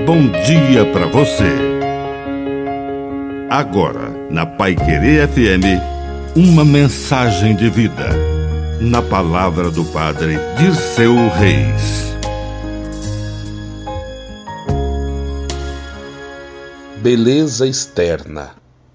bom dia para você. Agora, na Paiquerê FM, uma mensagem de vida. Na palavra do Padre Dirceu Reis. Beleza externa.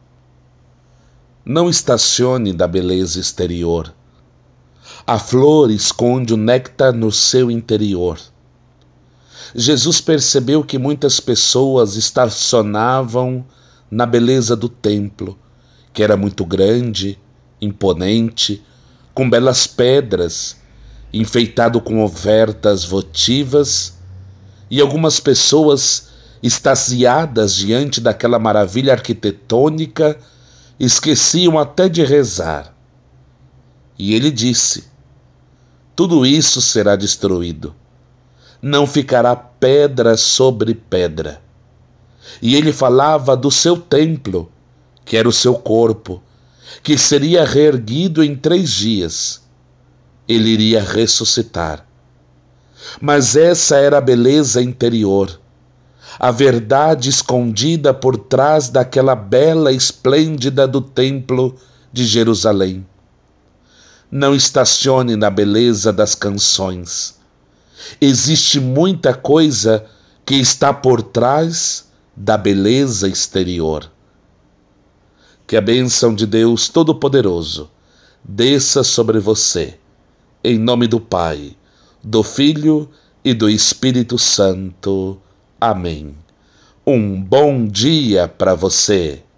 Não estacione da beleza exterior. A flor esconde o néctar no seu interior. Jesus percebeu que muitas pessoas estacionavam na beleza do templo, que era muito grande, imponente, com belas pedras, enfeitado com ofertas votivas, e algumas pessoas, extasiadas diante daquela maravilha arquitetônica, esqueciam até de rezar. E ele disse: tudo isso será destruído. Não ficará pedra sobre pedra. E ele falava do seu templo, que era o seu corpo, que seria reerguido em 3 dias. Ele iria ressuscitar. Mas essa era a beleza interior, a verdade escondida por trás daquela bela esplêndida do templo de Jerusalém. Não estacione na beleza das canções. Existe muita coisa que está por trás da beleza exterior. Que a bênção de Deus Todo-Poderoso desça sobre você, em nome do Pai, do Filho e do Espírito Santo. Amém. Um bom dia para você.